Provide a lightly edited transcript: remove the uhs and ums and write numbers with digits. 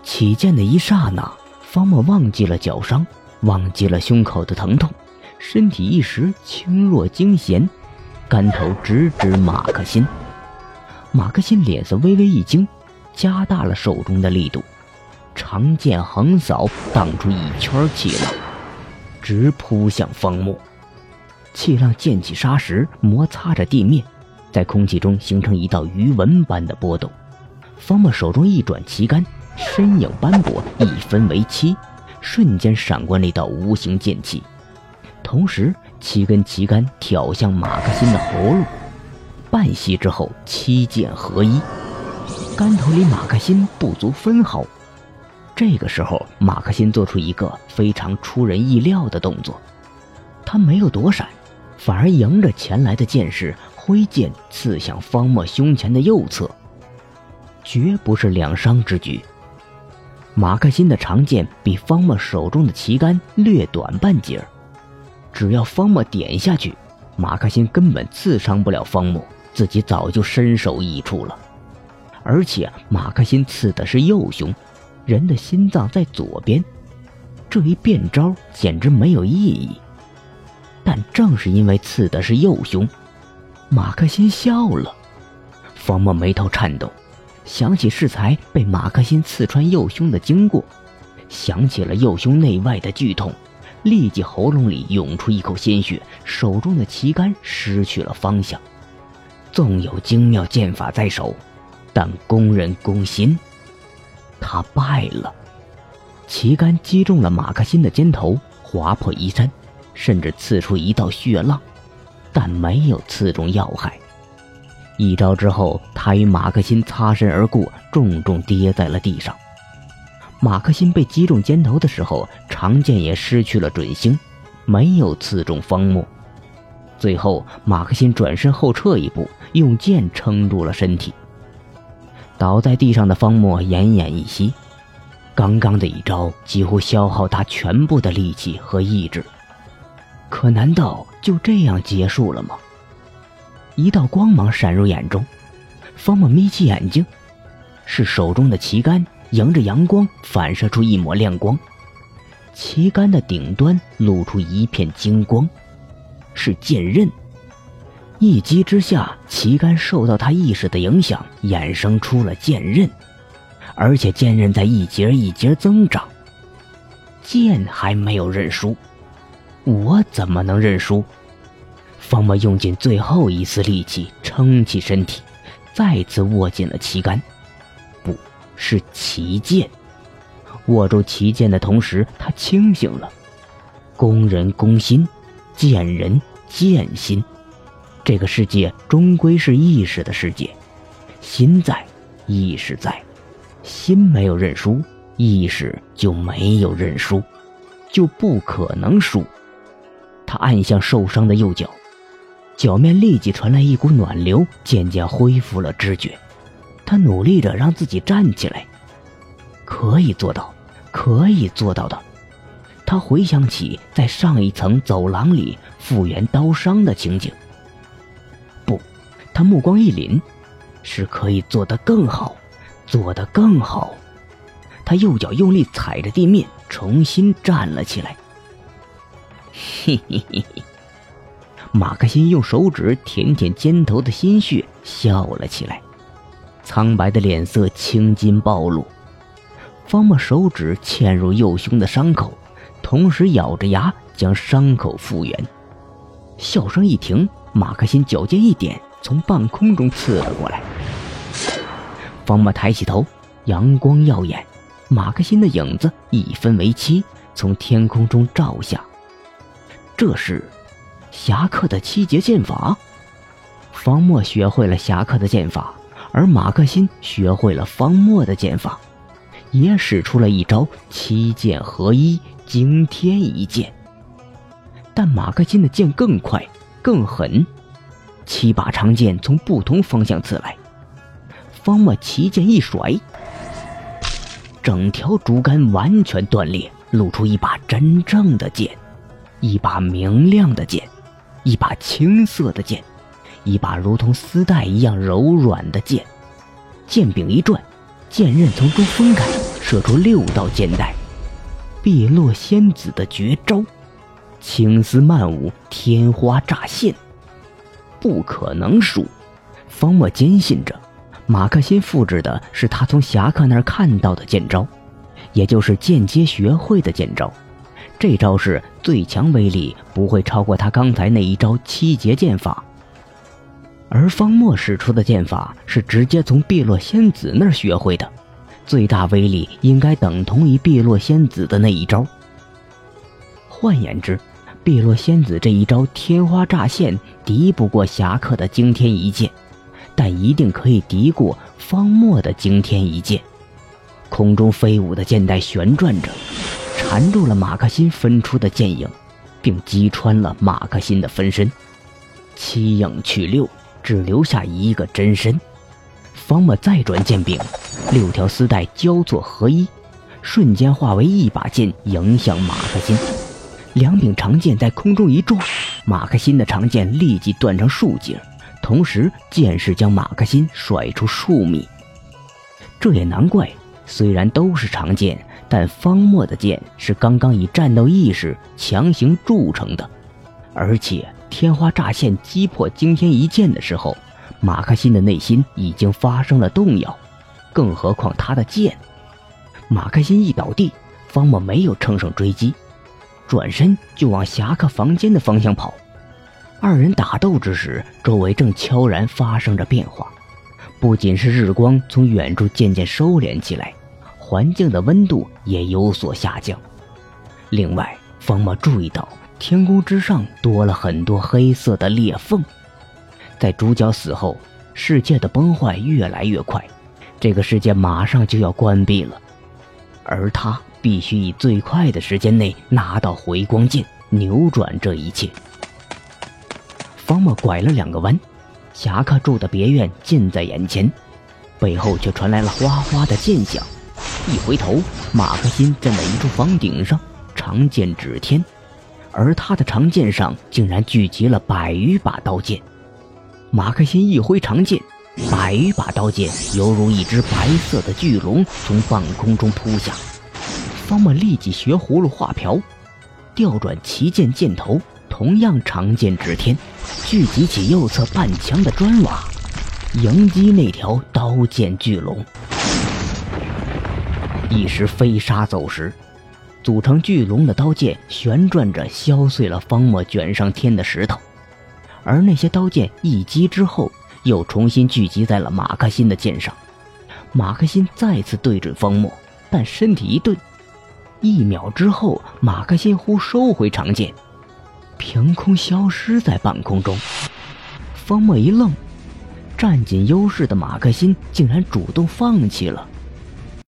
起剑的一刹那，方墨忘记了脚伤，忘记了胸口的疼痛，身体一时轻若惊弦，竿头直指马克辛。马克辛脸色微微一惊，加大了手中的力度，长剑横扫，荡出一圈气浪，直扑向方墨。气浪溅起沙石，摩擦着地面，在空气中形成一道鱼纹般的波动。方墨手中一转旗杆，身影斑驳，一分为七，瞬间闪过那道无形剑气，同时七根旗杆挑向马克辛的喉咙。半息之后，七剑合一，竿头离马克辛不足分毫。这个时候，马克辛做出一个非常出人意料的动作，他没有躲闪，反而迎着前来的剑势挥剑刺向方墨胸前的右侧，绝不是两伤之举。马克辛的长剑比方墨手中的旗杆略短半截，只要方墨点下去，马克辛根本刺伤不了方墨，自己早就身首异处了。而且马克辛刺的是右胸，人的心脏在左边，这一变招简直没有意义。但正是因为刺的是右胸，马克辛笑了。方墨眉头颤抖，想起适才被马克辛刺穿右胸的经过，想起了右胸内外的剧痛，立即喉咙里涌出一口鲜血，手中的旗杆失去了方向。纵有精妙剑法在手，但攻人攻心，他败了。旗杆击中了马克辛的肩头，划破衣衫，甚至刺出一道血浪，但没有刺中要害。一招之后，他与马克辛擦身而过，重重跌在了地上。马克辛被击中肩头的时候，长剑也失去了准星，没有刺中方墨。最后马克辛转身后撤一步，用剑撑住了身体。倒在地上的方墨奄奄一息，刚刚的一招几乎消耗他全部的力气和意志。可难道就这样结束了吗？一道光芒闪入眼中，方墨眯起眼睛，是手中的旗杆迎着阳光反射出一抹亮光，旗杆的顶端露出一片金光，是剑刃。一击之下，旗杆受到他意识的影响，衍生出了剑刃，而且剑刃在一节一节增长。剑还没有认输，我怎么能认输？方墨用尽最后一丝力气撑起身体，再次握紧了旗杆，不是旗剑。握住旗剑的同时，他清醒了。攻人攻心，剑人剑心。这个世界终归是意识的世界，心在，意识在，心没有认输，意识就没有认输，就不可能输。他按向受伤的右脚，脚面立即传来一股暖流，渐渐恢复了知觉。他努力着让自己站起来，可以做到，可以做到的。他回想起在上一层走廊里复原刀伤的情景，不，他目光一凛，是可以做得更好，做得更好。他右脚用力踩着地面，重新站了起来。嘿嘿嘿嘿，马克辛用手指舔舔肩头的鲜血，笑了起来，苍白的脸色青筋暴露。方墨手指嵌入右胸的伤口，同时咬着牙将伤口复原。笑声一停，马克辛脚尖一点，从半空中刺了过来。方墨抬起头，阳光耀眼，马克辛的影子一分为七，从天空中照下。这是侠客的七节剑法。方墨学会了侠客的剑法，而马克辛学会了方墨的剑法，也使出了一招七剑合一，惊天一剑。但马克辛的剑更快更狠，七把长剑从不同方向刺来。方墨旗剑一甩，整条竹竿完全断裂，露出一把真正的剑，一把明亮的剑，一把青色的剑，一把如同丝带一样柔软的剑。剑柄一转，剑刃从中分开， 射出6道箭袋。碧落仙子的绝招，青丝漫舞，天花乍现，不可能输。方墨坚信着，马克辛复制的是他从侠客那儿看到的剑招，也就是间接学会的剑招。这招式最强威力不会超过他刚才那一招7节剑法，而方墨使出的剑法是直接从碧落仙子那儿学会的，最大威力应该等同于碧落仙子的那一招。换言之，碧落仙子这一招天花乍现敌不过侠客的惊天一剑，但一定可以敌过方墨的惊天一剑。空中飞舞的剑带旋转着，缠住了马克辛分出的剑影，并击穿了马克辛的分身。7影去6，只留下一个真身。方墨再转剑柄，6条丝带交错合一，瞬间化为一把剑迎向马克辛。2柄长剑在空中一撞，马克辛的长剑立即断成数截，同时剑势将马克辛甩出数米。这也难怪，虽然都是长剑，但方墨的剑是刚刚以战斗意识强行铸成的，而且天花乍现击破惊天一剑的时候，马克辛的内心已经发生了动摇，更何况他的剑。马克辛一倒地，方墨没有乘胜追击，转身就往侠客房间的方向跑。2人打斗之时，周围正悄然发生着变化，不仅是日光从远处渐渐收敛起来，环境的温度也有所下降。另外，方墨注意到天空之上多了很多黑色的裂缝。在主角死后，世界的崩坏越来越快，这个世界马上就要关闭了，而他必须以最快的时间内拿到回光剑，扭转这一切。方墨拐了2个弯，侠客住的别院近在眼前，背后却传来了哗哗的剑响。一回头，马克辛站在一处房顶上，长剑指天，而他的长剑上竟然聚集了100余把刀剑。马克辛一挥长剑，100余把刀剑犹如一只白色的巨龙从半空中扑下。方墨立即学葫芦画瓢，调转旗剑箭头，同样长剑指天，聚集起右侧半墙的砖瓦，迎击那条刀剑巨龙。一时飞沙走石，组成巨龙的刀剑旋转着削碎了方墨卷上天的石头，而那些刀剑一击之后又重新聚集在了马克辛的剑上。马克辛再次对准方墨，但身体一顿，1秒之后，马克辛忽收回长剑，凭空消失在半空中。方墨一愣，占尽优势的马克辛竟然主动放弃了。